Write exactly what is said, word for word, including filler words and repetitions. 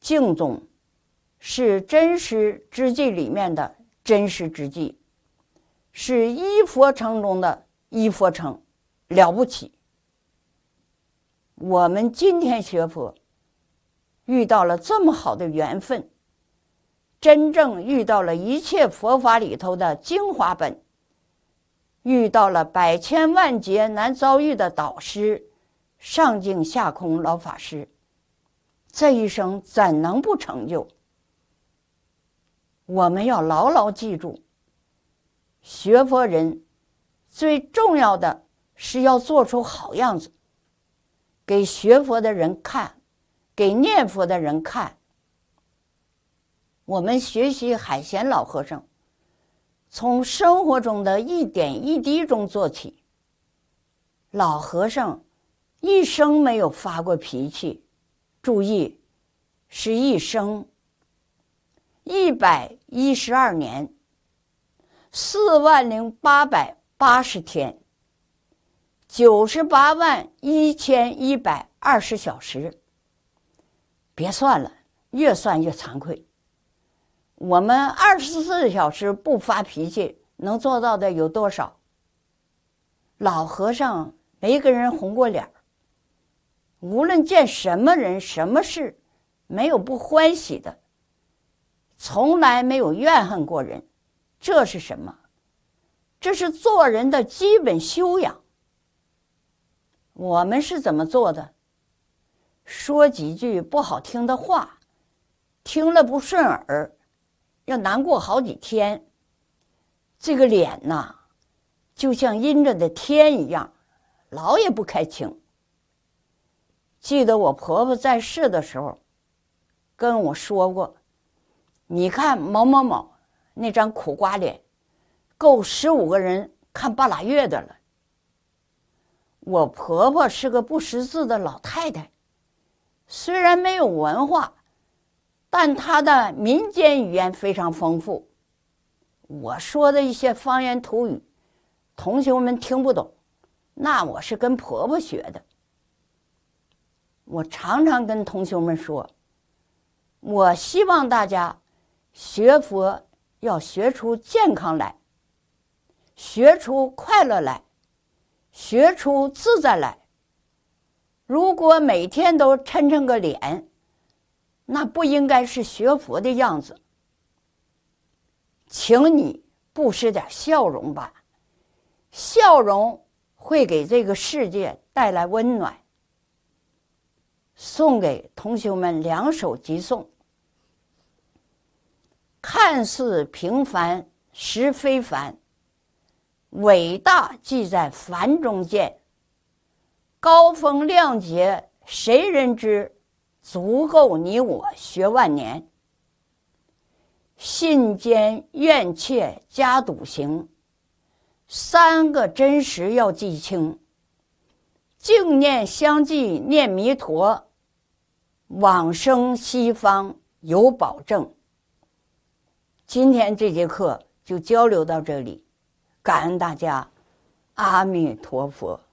敬宗是真实之际里面的真实之际，是一佛乘中的一佛乘，了不起。我们今天学佛遇到了这么好的缘分，真正遇到了一切佛法里头的精华本，遇到了百千万劫难遭遇的导师上净下空老法师，这一生怎能不成就？我们要牢牢记住，学佛人最重要的是要做出好样子，给学佛的人看，给念佛的人看。我们学习海贤老和尚，从生活中的一点一滴中做起。老和尚一生没有发过脾气，注意，是一生。一百一十二年，四万零八百八十天，九十八万一千一百二十小时。别算了，越算越惭愧。我们二十四小时不发脾气，能做到的有多少？老和尚没跟人红过脸，无论见什么人什么事，没有不欢喜的，从来没有怨恨过人。这是什么？这是做人的基本修养。我们是怎么做的？说几句不好听的话，听了不顺耳，要难过好几天。这个脸呐，就像阴着的天一样，老也不开清。记得我婆婆在世的时候跟我说过，你看某某某那张苦瓜脸，够十五个人看半拉月的了。我婆婆是个不识字的老太太，虽然没有文化，但她的民间语言非常丰富。我说的一些方言土语，同学们听不懂，那我是跟婆婆学的。我常常跟同学们说，我希望大家学佛要学出健康来，学出快乐来，学出自在来。如果每天都抻抻个脸，那不应该是学佛的样子。请你布施点笑容吧，笑容会给这个世界带来温暖。送给同学们两首偈颂：看似平凡实非凡，伟大即在凡中见。高风亮节谁人知，足够你我学万年。信坚怨切加笃行，三个真实要记清。净念相继念弥陀，往生西方有保证。今天这节课就交流到这里，感恩大家，阿弥陀佛。